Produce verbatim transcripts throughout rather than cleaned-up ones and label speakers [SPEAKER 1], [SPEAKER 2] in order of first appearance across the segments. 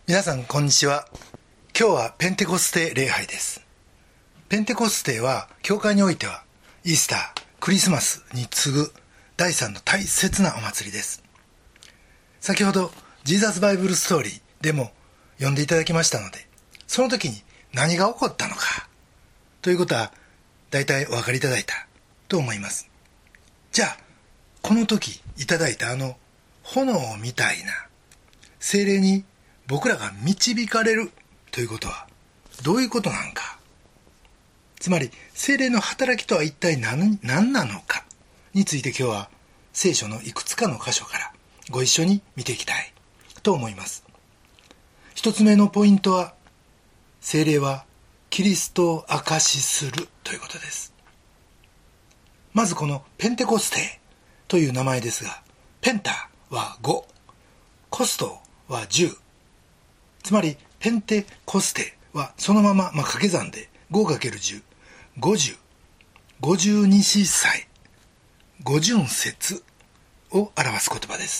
[SPEAKER 1] 皆さんこんにちは。今日はペンテコステ礼拝です。ペンテコステは教会においてはイースター、クリスマスに次ぐ第三の大切なお祭りです。先ほどジーザスバイブルストーリーでも読んでいただきましたので、その時に何が起こったのかということは大体お分かりいただいたと思います。じゃあこの時いただいたあの炎みたいな聖霊に僕らが導かれるということはどういうことなのか、つまり聖霊の働きとは一体 何, 何なのかについて今日は聖書のいくつかの箇所からご一緒に見ていきたいと思います。一つ目のポイントは、聖霊はキリストを証しするということです。まずこのペンテコステという名前ですが、ペンタはご、コストはじゅう、つまりペンテコステはそのまま、まあ、掛け算で ごかけるじゅう、ごじゅう、ごじゅうに司祭、五巡節を表す言葉です。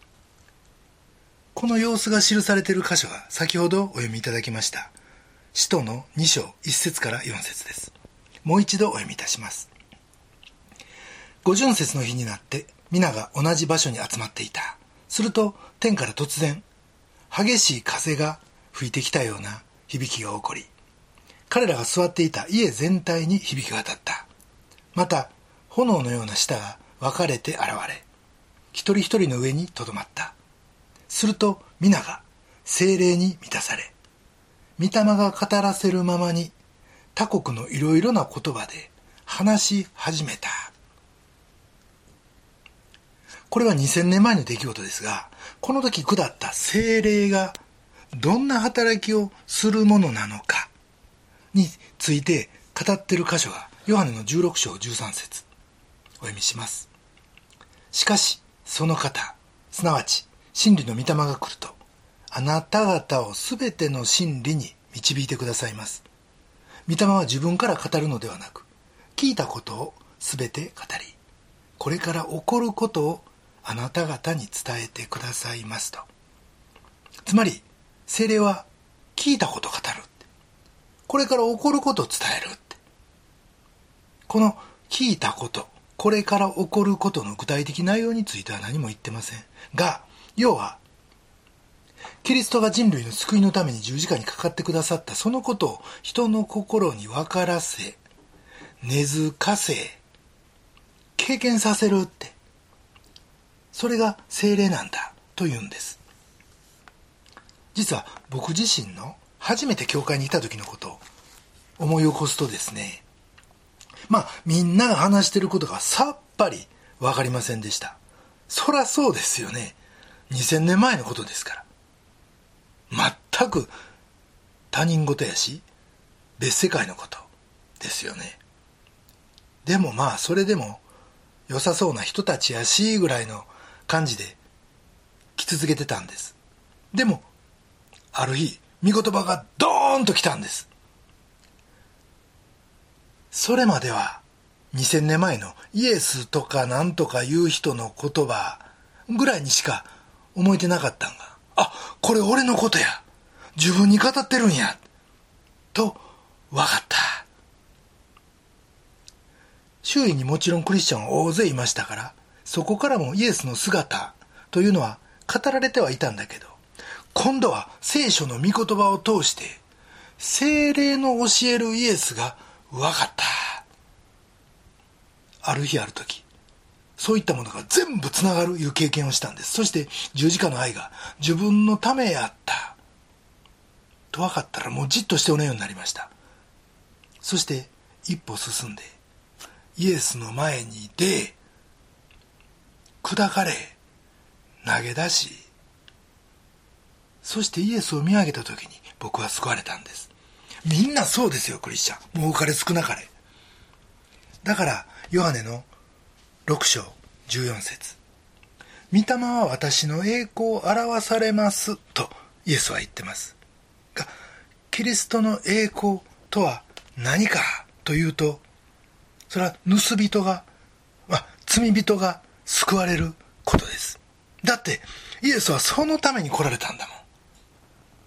[SPEAKER 1] この様子が記されている箇所は先ほどお読みいただきました使徒のに章いち節からよん節です。もう一度お読みいたします。五巡節の日になって皆が同じ場所に集まっていた。すると天から突然激しい風が吹いてきたような響きが起こり、彼らが座っていた家全体に響き渡った。また炎のような舌が分かれて現れ、一人一人の上にとどまった。すると皆が聖霊に満たされ、御霊が語らせるままに他国のいろいろな言葉で話し始めた。これはにせんねんまえの出来事ですが、この時下った聖霊がどんな働きをするものなのかについて語っている箇所がヨハネのじゅうろく章じゅうさん節、お読みします。しかしその方、すなわち真理の御霊が来ると、あなた方をすべての真理に導いてくださいます。御霊は自分から語るのではなく、聞いたことをすべて語り、これから起こることをあなた方に伝えてくださいますと。つまり聖霊は聞いたことを語る、これから起こることを伝えるって。この聞いたこと、これから起こることの具体的内容については何も言ってませんが、要はキリストが人類の救いのために十字架にかかってくださったそのことを人の心に分からせ、根付かせ、経験させるって、それが聖霊なんだというんです。実は僕自身の初めて教会にいた時のことを思い起こすとですね、まあみんなが話していることがさっぱり分かりませんでした。そらそうですよね。にせんねんまえのことですから。全く他人事やし別世界のことですよね。でもまあそれでも良さそうな人たちやしぐらいの感じで来続けてたんです。でもある日御言葉がドーンと来たんです。それまではにせんねんまえのイエスとかなんとかいう人の言葉ぐらいにしか思えてなかったんが、あ、これ俺のことや、自分に語ってるんやと分かった。周囲にもちろんクリスチャンは大勢いましたから、そこからもイエスの姿というのは語られてはいたんだけど、今度は聖書の御言葉を通して聖霊の教えるイエスが分かった。ある日ある時、そういったものが全部つながるいう経験をしたんです。そして十字架の愛が自分のためやったと分かったら、もうじっとしておねようになりました。そして一歩進んでイエスの前に出、砕かれ、投げ出し、そしてイエスを見上げた時に僕は救われたんです。みんなそうですよ、クリスチャン。もう多かれ少なかれ。だからヨハネのろく章じゅうよん節、御霊は私の栄光を表されますとイエスは言ってますが、キリストの栄光とは何かというと、それは盗人が、まあ、罪人が救われることです。だってイエスはそのために来られたんだもん。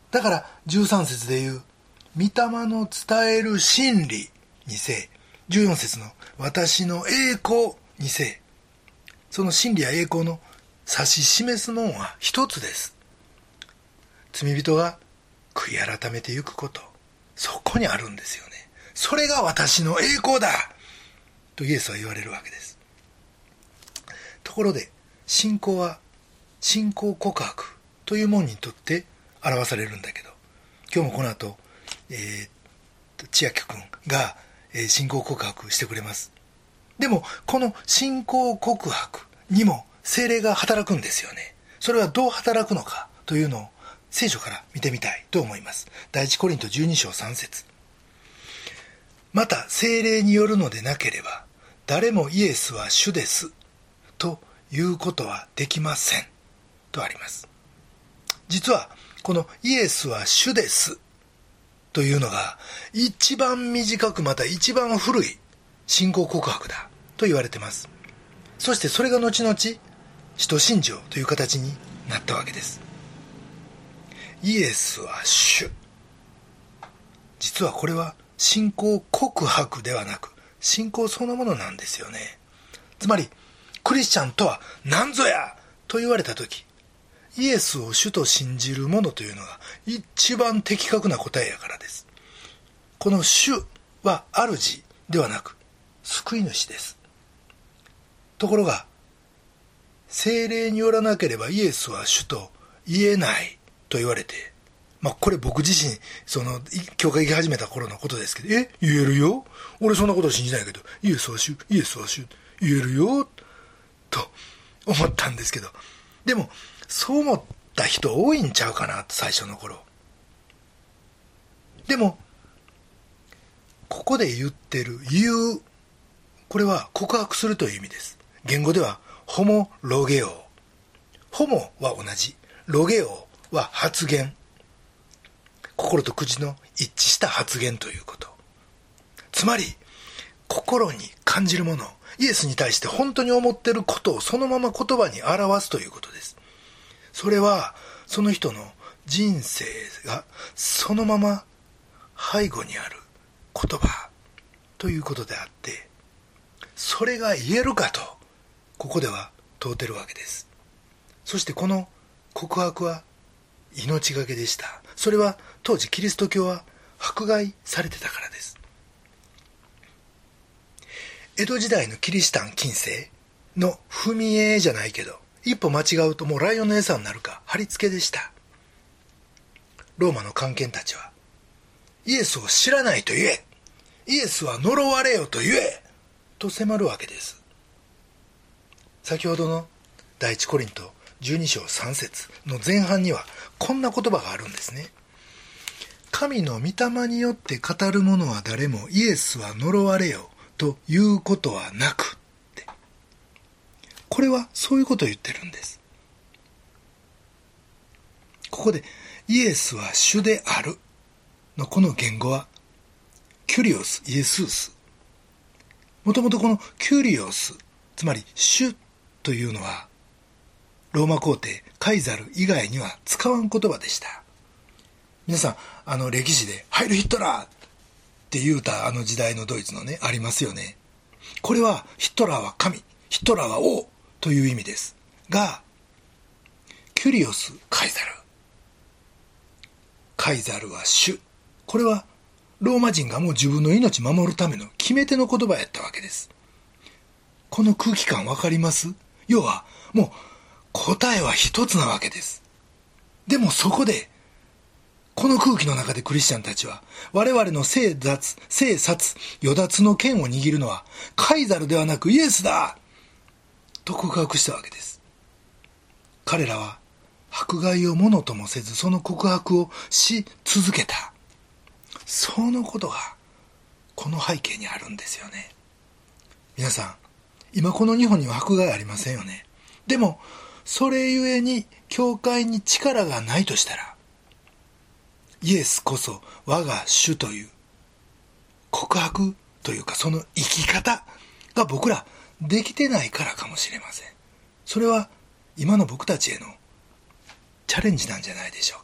[SPEAKER 1] だからじゅうさん節で言う御霊の伝える真理にせい、じゅうよん節の私の栄光にせい、その真理や栄光の指し示すもんは一つです。罪人が悔い改めてゆくこと、そこにあるんですよね。それが私の栄光だとイエスは言われるわけです。ところで信仰は信仰告白というものにとって表されるんだけど、今日もこの後、えー、千秋君が、えー、信仰告白してくれます。でもこの信仰告白にも聖霊が働くんですよね。それはどう働くのかというのを聖書から見てみたいと思います。第一コリントじゅうに章さん節、また聖霊によるのでなければ誰もイエスは主ですということはできませんとあります。実はこのイエスは主ですというのが一番短く、また一番古い信仰告白だと言われています。そしてそれが後々使徒信条という形になったわけです。イエスは主。実はこれは信仰告白ではなく信仰そのものなんですよね。つまりクリスチャンとは何ぞやと言われたとき、イエスを主と信じる者というのが一番的確な答えやからです。この主は主ではなく救い主です。ところが聖霊によらなければイエスは主と言えないと言われて、まあこれ僕自身その教会行き始めた頃のことですけど、え言えるよ、俺そんなこと信じないけどイエスは主、イエスは主言えるよと思ったんですけど、でもそう思った人多いんちゃうかなと最初の頃。でもここで言ってる言う、これは告白するという意味です。言語ではホモロゲオ、ホモは同じ、ロゲオは発言、心と口の一致した発言ということ。つまり心に感じるもの、イエスに対して本当に思っていることをそのまま言葉に表すということです。それはその人の人生がそのまま背後にある言葉ということであって、それが言えるかとここでは問うてるわけです。そしてこの告白は命がけでした。それは当時キリスト教は迫害されてたからです。江戸時代のキリシタン近世の踏み絵じゃないけど、一歩間違うともうライオンの餌になるか貼り付けでした。ローマの官憲たちはイエスを知らないと言え、イエスは呪われよと言えと迫るわけです。先ほどの第一コリントじゅうに章さん節の前半にはこんな言葉があるんですね。神の御霊によって語る者は誰もイエスは呪われよということはなくって、これはそういうことを言ってるんです。ここでイエスは主であるのこの言語はキュリオス・イエスース。もともとこのキュリオス、つまり主というのはローマ皇帝カイザル以外には使わん言葉でした。皆さんあの歴史でハイルヒットラーって言うたあの時代のドイツのねありますよね。これはヒトラーは神、ヒトラーは王という意味ですが、キュリオスカイザル、カイザルは主、これはローマ人がもう自分の命守るための決め手の言葉やったわけです。この空気感わかります？要はもう答えは一つなわけです。でもそこでこの空気の中でクリスチャンたちは我々の生殺、生殺、与奪の権を握るのはカイザルではなくイエスだと告白したわけです。彼らは迫害をものともせずその告白をし続けた。そのことがこの背景にあるんですよね。皆さん今この日本には迫害ありませんよね。でもそれゆえに教会に力がないとしたら、イエスこそ我が主という告白というかその生き方が僕らできてないからかもしれません。それは今の僕たちへのチャレンジなんじゃないでしょうか。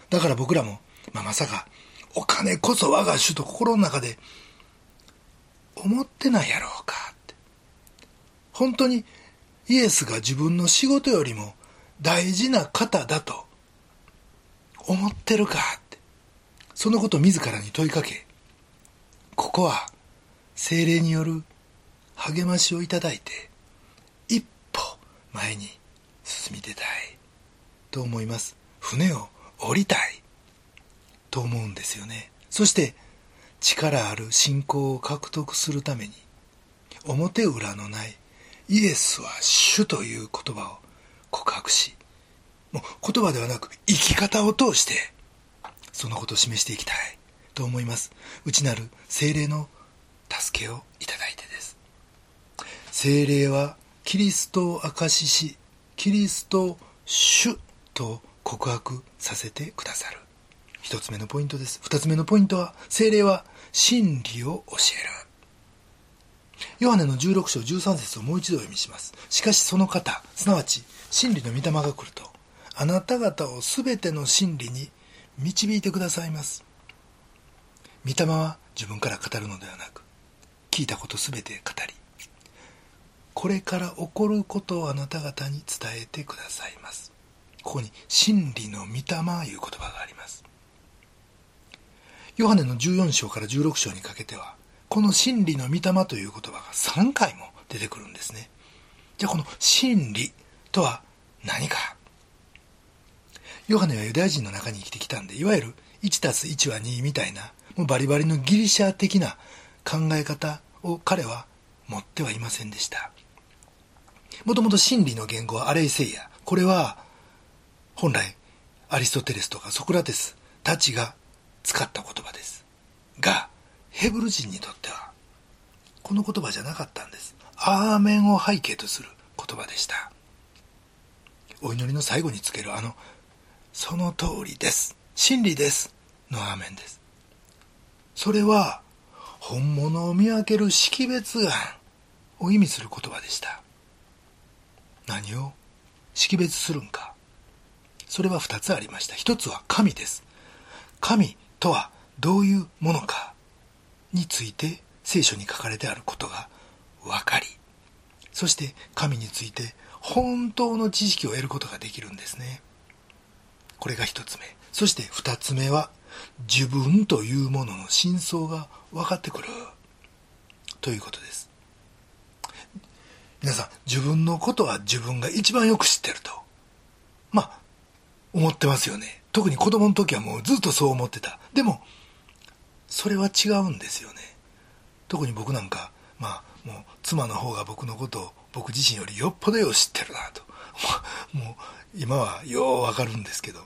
[SPEAKER 1] だから僕らも、まあ、まさかお金こそ我が主と心の中で思ってないやろうかって。本当にイエスが自分の仕事よりも大事な方だと思ってるかって。そのことを自らに問いかけ、ここは聖霊による励ましをいただいて一歩前に進み出たいと思います。船を降りたいと思うんですよね。そして力ある信仰を獲得するために表裏のないイエスは主という言葉を告白し、もう言葉ではなく生き方を通してそのことを示していきたいと思います。内なる聖霊の助けをいただいてです。聖霊はキリストを証しし、キリストを主と告白させてくださる。一つ目のポイントです。二つ目のポイントは、聖霊は真理を教える。ヨハネのじゅうろく章じゅうさん節をもう一度お読みします。しかしその方、すなわち真理の御霊が来ると、あなた方をすべての真理に導いてくださいます。御霊は自分から語るのではなく、聞いたことすべて語り、これから起こることをあなた方に伝えてくださいます。ここに真理の御霊いう言葉があります。ヨハネのじゅうよん章からじゅうろく章にかけては、この真理の御霊という言葉がさんかいも出てくるんですね。じゃあこの真理とは何か。ヨハネはユダヤ人の中に生きてきたんで、いわゆるいちたすいちはにみたいな、もうバリバリのギリシャ的な考え方を彼は持ってはいませんでした。もともと真理の言語はアレイセイア。これは本来アリストテレスとかソクラテスたちが使った言葉です。が、ヘブル人にとってはこの言葉じゃなかったんです。アーメンを背景とする言葉でした。お祈りの最後につけるあのその通りです、真理ですのアーメンです。それは本物を見分ける識別眼を意味する言葉でした。何を識別するんか。それは二つありました。一つは神です。神とはどういうものかについて聖書に書かれてあることが分かり、そして神について本当の知識を得ることができるんですね。これが一つ目。そして二つ目は自分というものの真相が分かってくるということです。皆さん、自分のことは自分が一番よく知ってるとまあ思ってますよね。特に子供の時はもうずっとそう思ってた。でもそれは違うんですよね。特に僕なんか、まあもう妻の方が僕のことを僕自身よりよっぽどよう知ってるなともう今はようわかるんですけど、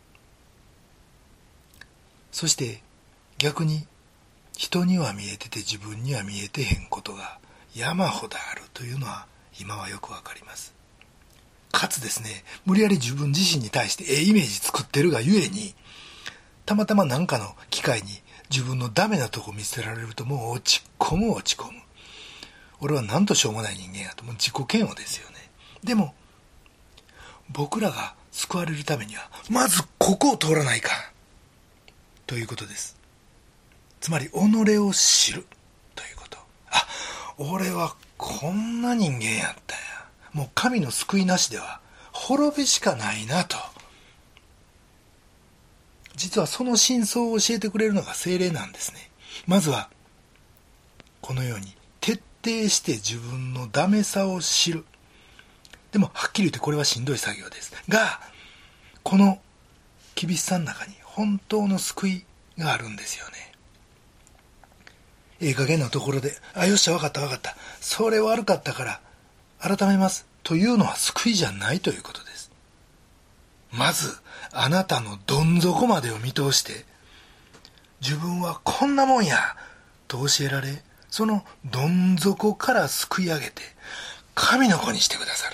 [SPEAKER 1] そして逆に人には見えてて自分には見えてへんことが山ほどあるというのは今はよくわかります。かつですね、無理やり自分自身に対してええイメージ作ってるがゆえに、たまたま何かの機会に自分のダメなとこ見せられるともう落ち込む落ち込む。俺はなんとしょうもない人間やと、もう自己嫌悪ですよね。でも僕らが救われるためにはまずここを通らないかということです。つまり己を知るということ。あ、俺はこんな人間やったんや、もう神の救いなしでは滅びしかないなと。実はその真相を教えてくれるのが聖霊なんですね。まずはこのように徹底して自分のダメさを知る。でもはっきり言ってこれはしんどい作業ですが、この厳しさの中に本当の救いがあるんですよね。ええ加減なところで、あ、よっしゃ、分かった分かった、それ悪かったから改めますというのは救いじゃないということです。まずあなたのどん底までを見通して、自分はこんなもんやと教えられ、そのどん底から救い上げて神の子にしてくださる。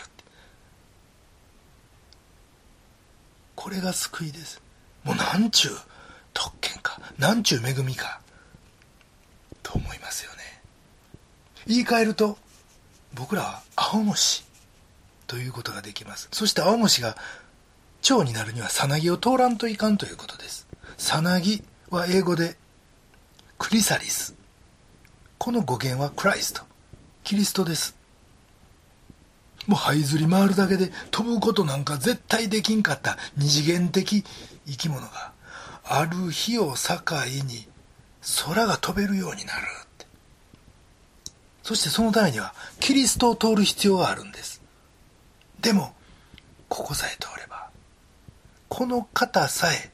[SPEAKER 1] これが救いです。もうなんちゅう特権か、なんちゅう恵みかと思いますよね。言い換えると、僕らは青虫ということができます。そして青虫が長になるにはさなぎを通らんといかんということです。さなぎは英語でクリサリス。この語源はクライスト、キリストです。もう這いずり回るだけで飛ぶことなんか絶対できんかった二次元的生き物がある日を境に空が飛べるようになるって。そしてそのためにはキリストを通る必要があるんです。でもここさえ通れば、この方さえ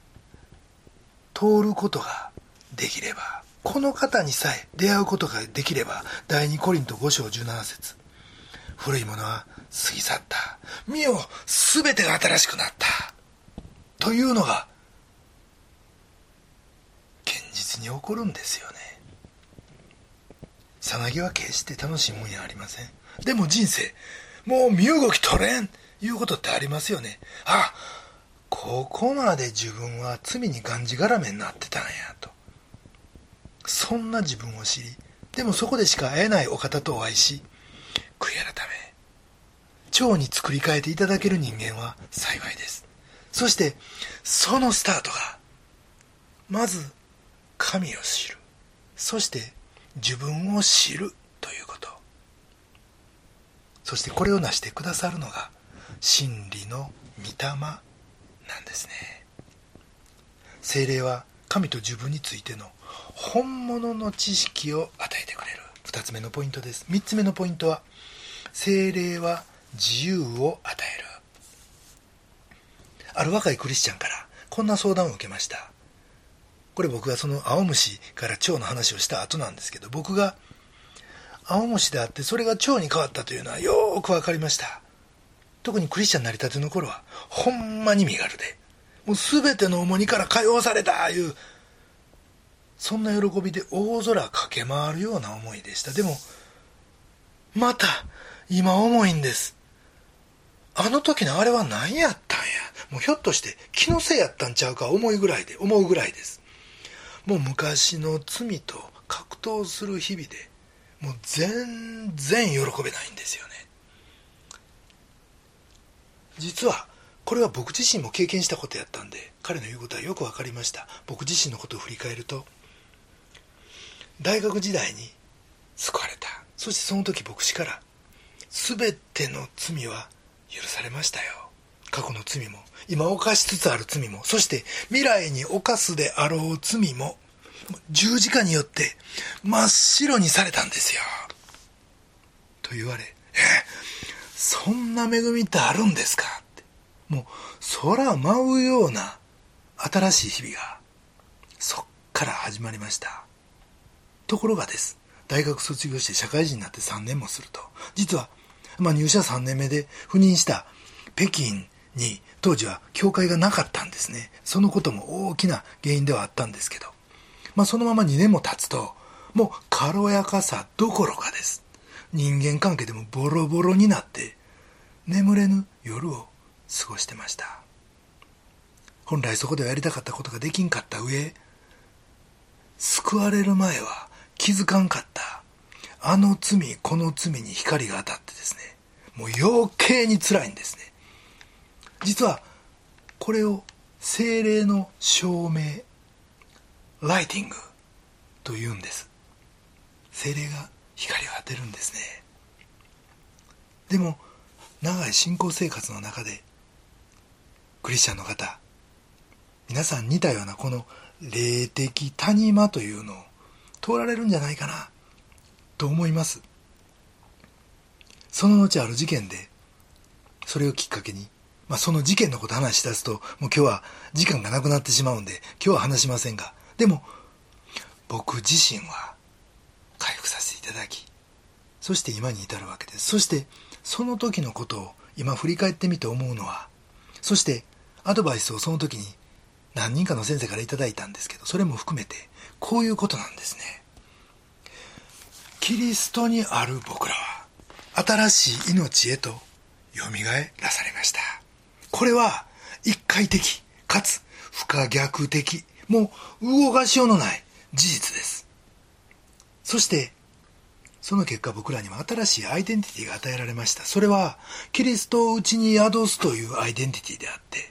[SPEAKER 1] 通ることができれば、この方にさえ出会うことができれば、第二コリントご章じゅうなな節、古いものは過ぎ去った、見よすべてが新しくなったというのが現実に起こるんですよね。さなぎは決して楽しいもんやありません。でも人生、もう身動き取れんいうことってありますよね。あ、ここまで自分は罪にがんじがらめになってたんやと。そんな自分を知り、でもそこでしか会えないお方とお会いし、悔い改め長に作り変えていただける人間は幸いです。そしてそのスタートがまず神を知る、そして自分を知るということ、そしてこれを成してくださるのが真理の御霊なんですね。聖霊は神と自分についての本物の知識を与えてくれる。二つ目のポイントです。三つ目のポイントは、聖霊は自由を与える。ある若いクリスチャンからこんな相談を受けました。これ僕がその青虫から蝶の話をした後なんですけど、僕が青虫であってそれが蝶に変わったというのはよーくわかりました。特にクリスチャンになりたての頃はほんまに身軽で、もう全ての重荷から解放されたいう、そんな喜びで大空駆け回るような思いでした。でもまた今重いんです。あの時のあれは何やったんや、もうひょっとして気のせいやったんちゃうか思いぐらいで思うぐらいです。もう昔の罪と格闘する日々でもう全然喜べないんですよね。実はこれは僕自身も経験したことやったんで、彼の言うことはよく分かりました。僕自身のことを振り返ると、大学時代に救われた。そしてその時牧師から、全ての罪は許されましたよ。過去の罪も今犯しつつある罪も、そして未来に犯すであろう罪も十字架によって真っ白にされたんですよと言われ、えそんな恵みってあるんですかって、もう空舞うような新しい日々がそっから始まりました。ところがです、大学卒業して社会人になってさんねんもすると、実は、まあ、入社さんねんめで赴任した北京に当時は教会がなかったんですね。そのことも大きな原因ではあったんですけど、まあ、そのままにねんも経つともう軽やかさどころかです、人間関係でもボロボロになって眠れぬ夜を過ごしてました。本来そこではやりたかったことができんかった上、救われる前は気づかんかったあの罪この罪に光が当たってですね、もう余計に辛いんですね。実はこれを聖霊の証明、ライティングというんです。聖霊が光を当てるんですね。でも長い信仰生活の中でクリスチャンの方、皆さん似たようなこの霊的谷間というのを通られるんじゃないかなと思います。その後ある事件でそれをきっかけに、まあ、その事件のこと話し出すともう今日は時間がなくなってしまうんで今日は話しませんが、でも僕自身は回復させていただき、そして今に至るわけです。そしてその時のことを今振り返ってみて思うのは、そしてアドバイスをその時に何人かの先生からいただいたんですけど、それも含めてこういうことなんですね。キリストにある僕らは新しい命へとよみがえらされました。これは一回的かつ不可逆的、もう動かしようのない事実です。そしてその結果僕らには新しいアイデンティティが与えられました。それはキリストを内に宿すというアイデンティティであって、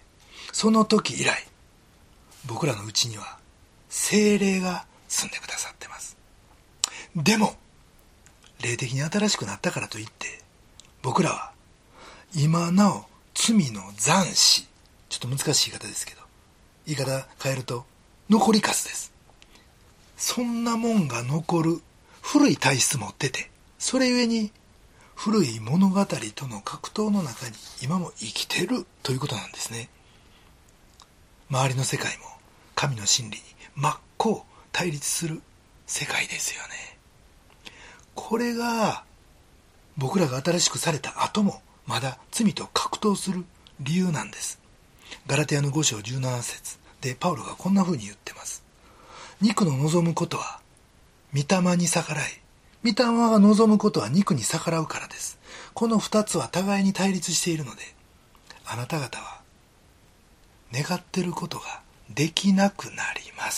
[SPEAKER 1] その時以来僕らのうちには聖霊が住んでくださってます。でも霊的に新しくなったからといって僕らは今なお罪の残滓、ちょっと難しい言い方ですけど、言い方変えると残りかすです。そんなもんが残る古い体質持ってて、それゆえに古い物語との格闘の中に今も生きてるということなんですね。周りの世界も神の真理に真っ向対立する世界ですよね。これが僕らが新しくされた後もまだ罪と格闘する理由なんです。ガラテヤのご章じゅうなな節でパウロがこんな風に言ってます。肉の望むことは御霊に逆らい、御霊が望むことは肉に逆らうからです。この二つは互いに対立しているので、あなた方は願っていることができなくなります。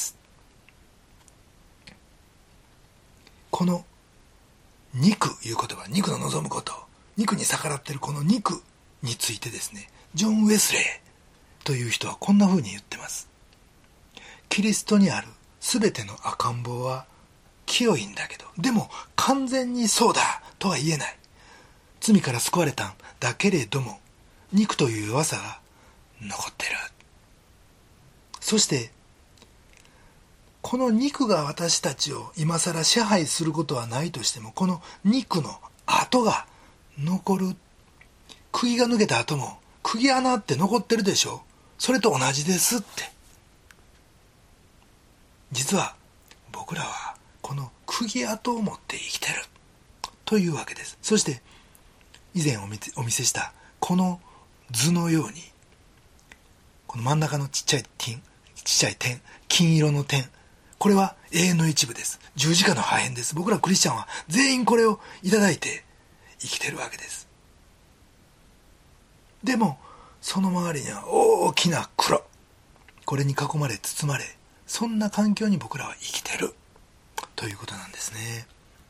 [SPEAKER 1] この肉いう言葉、肉の望むこと、肉に逆らっているこの肉についてですね、ジョン・ウェスレーという人はこんな風に言ってます。キリストにあるすべての赤ん坊は清いんだけど、でも完全にそうだとは言えない。罪から救われたんだけれども、肉という弱さが残ってる。そしてこの肉が私たちを今更支配することはないとしても、この肉の跡が残る。釘が抜けた後も釘穴って残ってるでしょ。それと同じですって。実は僕らはこの釘跡を持って生きてるというわけです。そして以前お見せ、お見せしたこの図のように、この真ん中のちっちゃい点、ちっちゃい点、金色の点、これは永遠の一部です。十字架の破片です。僕らクリスチャンは全員これをいただいて生きてるわけです。でもその周りには大きな黒、これに囲まれ包まれ、そんな環境に僕らは生きてるということなんですね。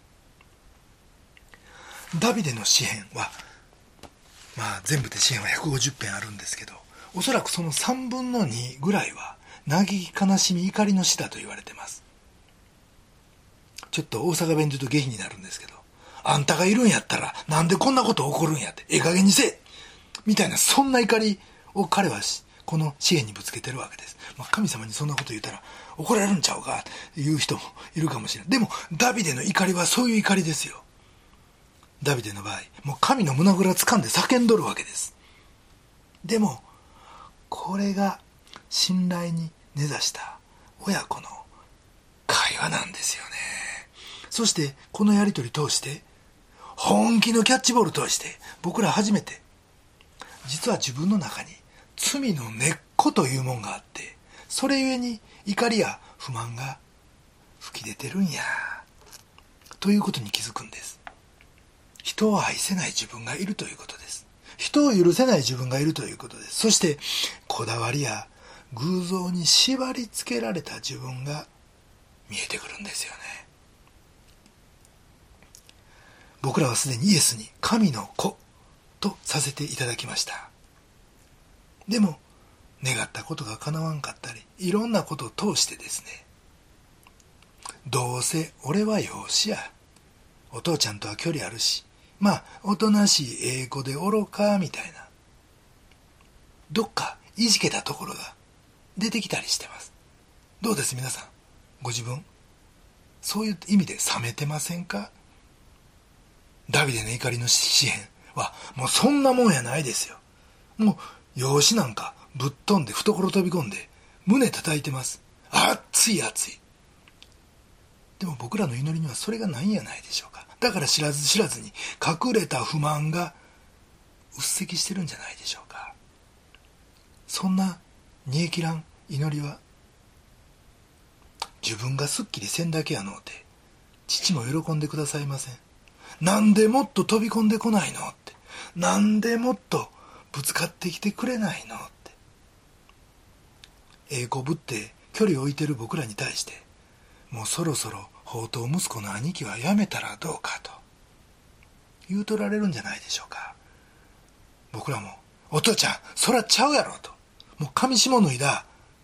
[SPEAKER 1] ダビデの詩編は、まあ全部で詩編はひゃくごじゅっ編あるんですけど、おそらくそのさんぶんのにぐらいは嘆き悲しみ怒りの詩だと言われてます。ちょっと大阪弁で言うと下品になるんですけど、あんたがいるんやったらなんでこんなこと起こるんやって、ええ加減にせえみたいな、そんな怒りを彼はこの詩篇にぶつけてるわけです。まあ、神様にそんなこと言ったら怒られるんちゃうかっていう人もいるかもしれない。でもダビデの怒りはそういう怒りですよ。ダビデの場合、もう神の胸ぐら掴んで叫んどるわけです。でもこれが信頼に根ざした親子の会話なんですよね。そしてこのやり取り通して、本気のキャッチボール通して僕ら初めて、実は自分の中に罪の根っこというもんがあって、それゆえに怒りや不満が吹き出てるんやということに気づくんです。人を愛せない自分がいるということです。人を許せない自分がいるということです。そしてこだわりや偶像に縛り付けられた自分が見えてくるんですよね。僕らはすでにイエスに神の子とさせていただきました。でも願ったことが叶わんかったり、いろんなことを通してですね、どうせ俺は養子や、お父ちゃんとは距離あるし、まあおとなしいええ子でおろかみたいな、どっかいじけたところが出てきたりしてます。どうです皆さん、ご自分そういう意味で冷めてませんか？ダビデの怒りの詩篇はもうそんなもんやないですよ。もう養子なんかぶっ飛んで懐飛び込んで胸叩いてます。熱い熱い。でも僕らの祈りにはそれがないんやないでしょうか。だから知らず知らずに隠れた不満がうっせきしてるんじゃないでしょうか。そんな煮え切らん祈りは、自分がすっきりせんだけやのうて父も喜んでくださいません。なんでもっと飛び込んでこないのって、なんでもっとぶつかってきてくれないのって、ええこぶって距離を置いてる僕らに対して、もうそろそろ放蕩息子の兄貴はやめたらどうかと言うとられるんじゃないでしょうか。僕らもお父ちゃんそらちゃうやろと、 もう上下脱いだ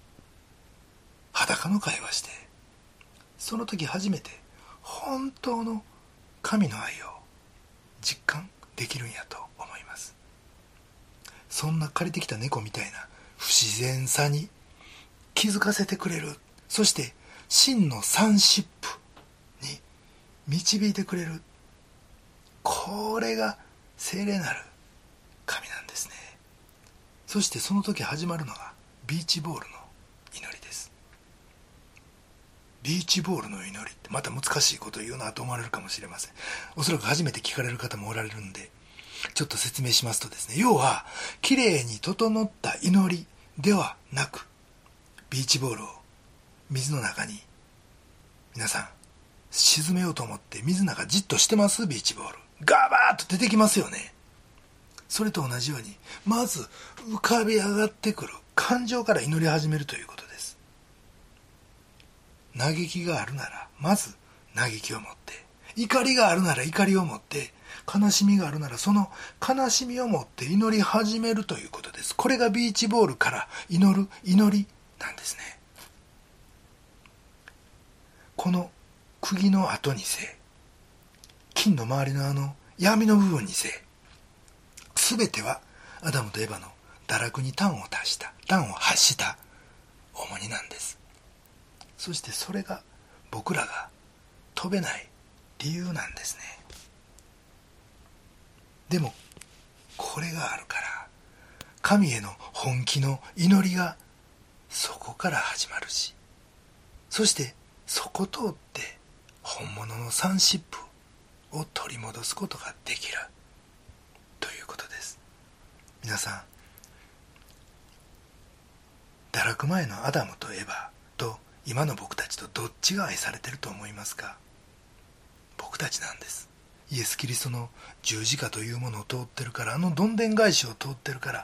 [SPEAKER 1] 裸の会話して、その時初めて本当の神の愛を実感できるんやと思います。そんな借りてきた猫みたいな不自然さに気づかせてくれる、そして真の三湿布に導いてくれる、これが聖霊なる神なんですね。そしてその時始まるのがビーチボールの祈りです。ビーチボールの祈りってまた難しいことを言うなと思われるかもしれません。おそらく初めて聞かれる方もおられるんで、ちょっと説明しますとですね、要はきれいに整った祈りではなく、ビーチボールを水の中に皆さん沈めようと思って水の中じっとしてます。ビーチボールガバーッと出てきますよね。それと同じように、まず浮かび上がってくる感情から祈り始めるということです。嘆きがあるならまず嘆きを持って、怒りがあるなら怒りを持って、悲しみがあるならその悲しみを持って祈り始めるということです。これがビーチボールから祈る祈りなんですね。この釘の跡にせ、金の周りのあの闇の部分にせ、すべてはアダムとエバの堕落に端を足した端を発した重荷なんです。そしてそれが僕らが飛べない理由なんですね。でもこれがあるから神への本気の祈りがそこから始まるし、そしてそこ通って本物の三湿布を取り戻すことができるということです。皆さん、堕落前のアダムとエバと今の僕たちとどっちが愛されてると思いますか？僕たちなんです。イエス・キリストの十字架というものを通ってるから、あのどんでん返しを通ってるから、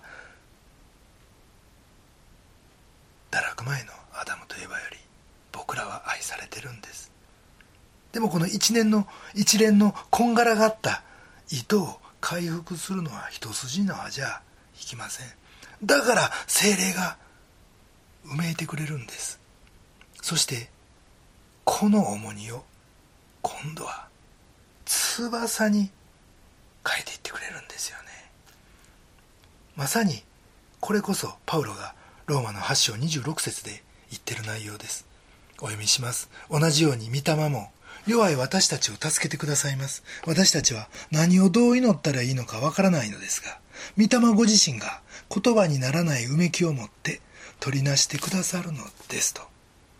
[SPEAKER 1] 堕落前のアダムとエバより僕らは愛されてるんです。でもこの一年の一連のこんがらがった糸を回復するのは一筋縄じゃいきません。だから聖霊が埋めてくれるんです。そしてこの重荷を今度は翼に変えていってくれるんですよね。まさにこれこそパウロがローマのはち章にじゅうろく節で言ってる内容です。お読みします。同じように御霊も弱い私たちを助けてくださいます。私たちは何をどう祈ったらいいのかわからないのですが、御霊ご自身が言葉にならないうめきを持って取りなしてくださるのですと。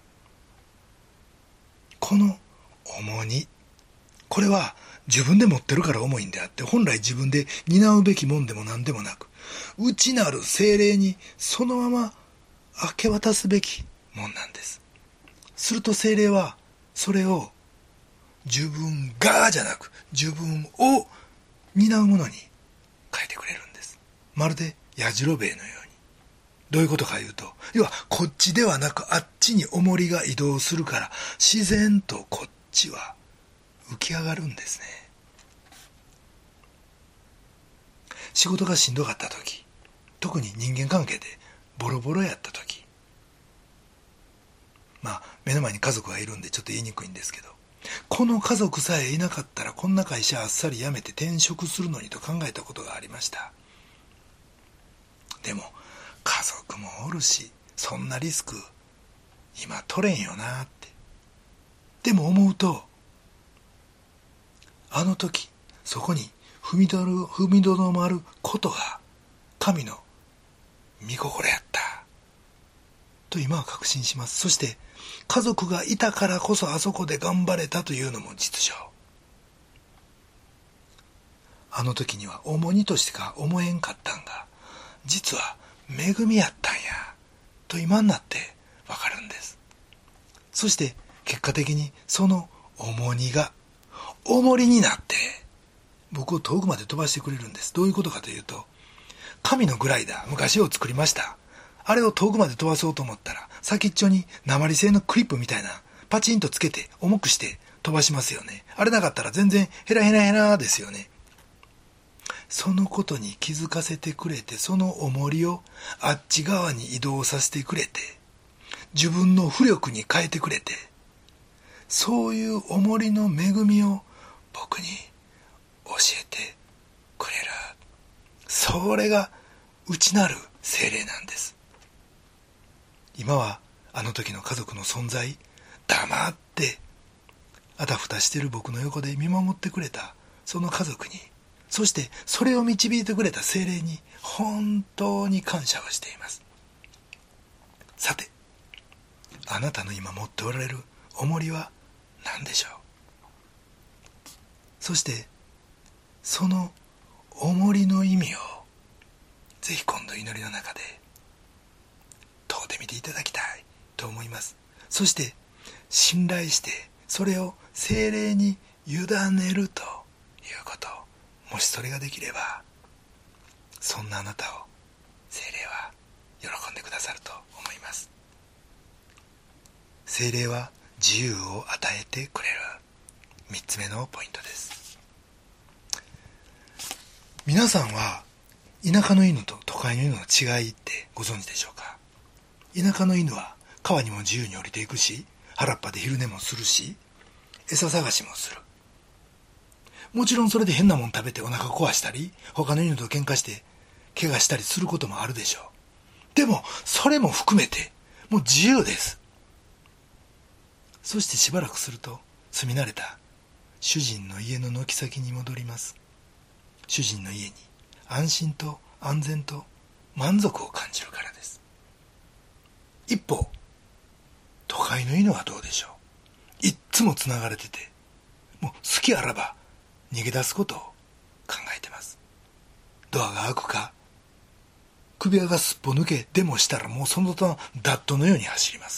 [SPEAKER 1] この重荷、これは自分で持ってるから重いんであって、本来自分で担うべきもんでも何でもなく、内なる聖霊にそのまま明け渡すべきもんなんです。すると聖霊はそれを自分がじゃなく自分を担うものに変えてくれるんです。まるでやじろべえのように。どういうことか言うと、要はこっちではなくあっちに重りが移動するから、自然とこっちは浮き上がるんですね。仕事がしんどかった時、特に人間関係でボロボロやった時、まあ目の前に家族がいるんでちょっと言いにくいんですけど、この家族さえいなかったらこんな会社あっさり辞めて転職するのにと考えたことがありました。でも家族もおるし、そんなリスク今取れんよなって。でも思うと、あの時そこに踏みとる踏みとどまることが神の御心やったと今は確信します。そして家族がいたからこそあそこで頑張れたというのも実情。あの時には重荷としてか思えんかったんが、実は恵みやったんやと今になってわかるんです。そして結果的にその重荷が重りになって僕を遠くまで飛ばしてくれるんです。どういうことかというと、神のグライダー、昔を作りました。あれを遠くまで飛ばそうと思ったら、先っちょに鉛製のクリップみたいなパチンとつけて重くして飛ばしますよね。あれなかったら全然ヘラヘラヘラですよね。 そのことに気づかせてくれて、その重りをあっち側に移動させてくれて、自分の浮力に変えてくれて、そういう重りの恵みを僕に教えてくれる。それが内なる聖霊なんです。今はあの時の家族の存在、黙ってあたふたしてる僕の横で見守ってくれたその家族に、そしてそれを導いてくれた聖霊に本当に感謝をしています。さて、あなたの今持っておられる重りは何でしょう。そしてその重りの意味をぜひ今度祈りの中で問うてみていただきたいと思います。そして信頼してそれを聖霊に委ねるということ、もしそれができれば、そんなあなたを聖霊は喜んでくださると思います。聖霊は自由を与えてくれる。三つ目のポイントです。皆さんは田舎の犬と都会の犬の違いってご存知でしょうか。田舎の犬は川にも自由に降りていくし、原っぱで昼寝もするし、餌探しもする。もちろんそれで変なもん食べてお腹壊したり、他の犬と喧嘩して怪我したりすることもあるでしょう。でもそれも含めてもう自由です。そしてしばらくすると住み慣れた主人の家の軒先に戻ります。主人の家に安心と安全と満足を感じるからです。一方、都会の犬はどうでしょう。いっつもつながれてて、もう好きあらば逃げ出すことを考えてます。ドアが開くか、首輪がすっぽ抜けでもしたらもうその途端ダットのように走ります。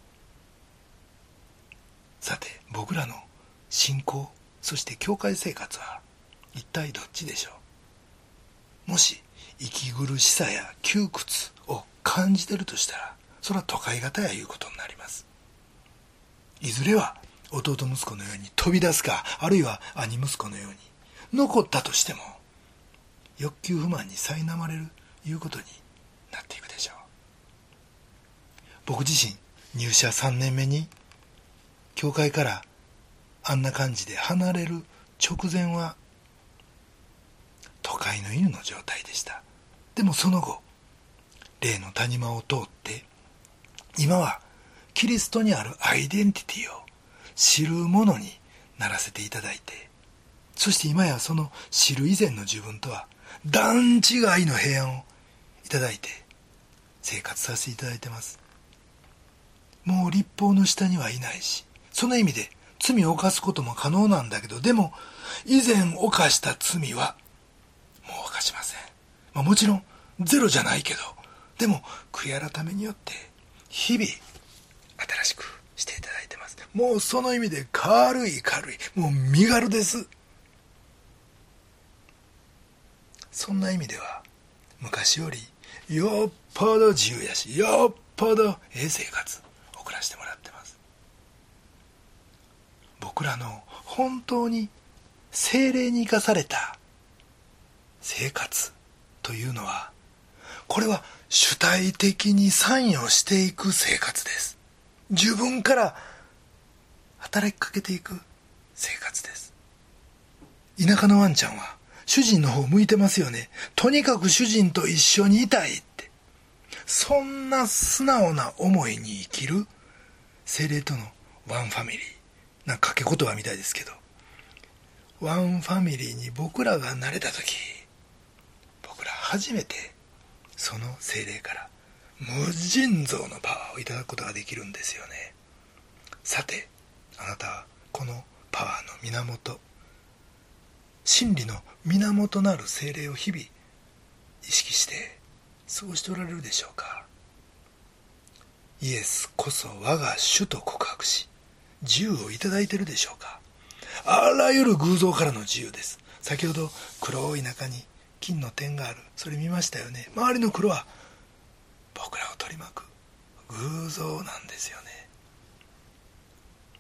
[SPEAKER 1] さて、僕らの信仰、そして教会生活は一体どっちでしょう。もし息苦しさや窮屈を感じてるとしたら、それは都会型やいうことになります。いずれは弟息子のように飛び出すか、あるいは兄息子のように残ったとしても欲求不満に苛まれるいうことになっていくでしょう。僕自身入社さんねんめに教会からあんな感じで離れる直前は都会の犬の状態でした。でもその後霊の谷間を通って今はキリストにあるアイデンティティを知るものにならせていただいて、そして今やその知る以前の自分とは段違いの平安をいただいて生活させていただいてます。もう律法の下にはいないし、その意味で罪を犯すことも可能なんだけど、でも以前犯した罪はもう犯しません。まあ、もちろんゼロじゃないけど、でも悔い改めによって日々新しくしていただいてます。もうその意味で軽い軽い、もう身軽です。そんな意味では昔よりよっぽど自由やし、よっぽどええ生活を送らせてもらってます。僕らの本当に聖霊に生かされた生活というのは、これは主体的に参与していく生活です。自分から働きかけていく生活です。田舎のワンちゃんは主人の方向いてますよね。とにかく主人と一緒にいたいって、そんな素直な思いに生きる聖霊とのワンファミリー、なんか掛け言葉みたいですけど、ワンファミリーに僕らがなれた時、僕ら初めてその聖霊から無尽蔵のパワーをいただくことができるんですよね。さて、あなたはこのパワーの源、真理の源なる聖霊を日々意識して過ごしておられるでしょうか。イエスこそ我が主と告白し、自由をいただいているでしょうか。あらゆる偶像からの自由です。先ほど黒い中に金の点がある、それ見ましたよね。周りの黒は僕らを取り巻く偶像なんですよね。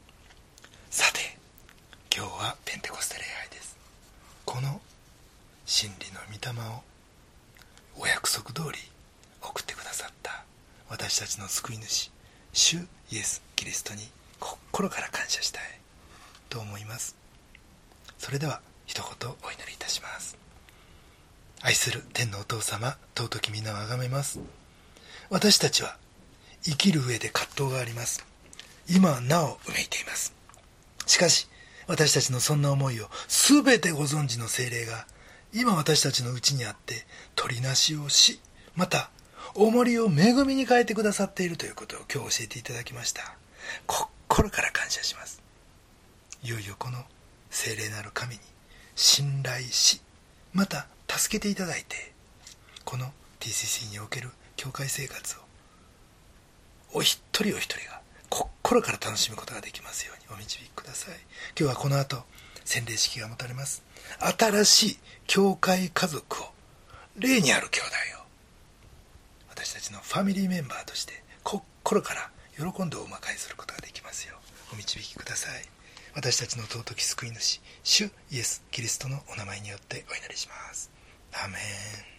[SPEAKER 1] さて、今日はペンテコステ礼拝です。この真理の御霊をお約束通り送ってくださった私たちの救い主主イエス・キリストに心から感謝したいと思います。それでは一言お祈りいたします。愛する天のお父様、尊き皆をあがめます。私たちは生きる上で葛藤があります。今はなおうめいています。しかし私たちのそんな思いを全てご存知の聖霊が今私たちのうちにあって取りなしをし、また重りを恵みに変えてくださっているということを今日教えていただきました。心から感謝します。いよいよこの聖霊なる神に信頼し、また助けていただいて、この ティーシーシー における教会生活をお一人お一人が心から楽しむことができますようにお導きください。今日はこの後洗礼式が持たれます。新しい教会家族を、霊にある兄弟を私たちのファミリーメンバーとして心から喜んでお迎えすることができますようお導きください。私たちの尊き救い主主イエス・キリストのお名前によってお祈りします。アーメン。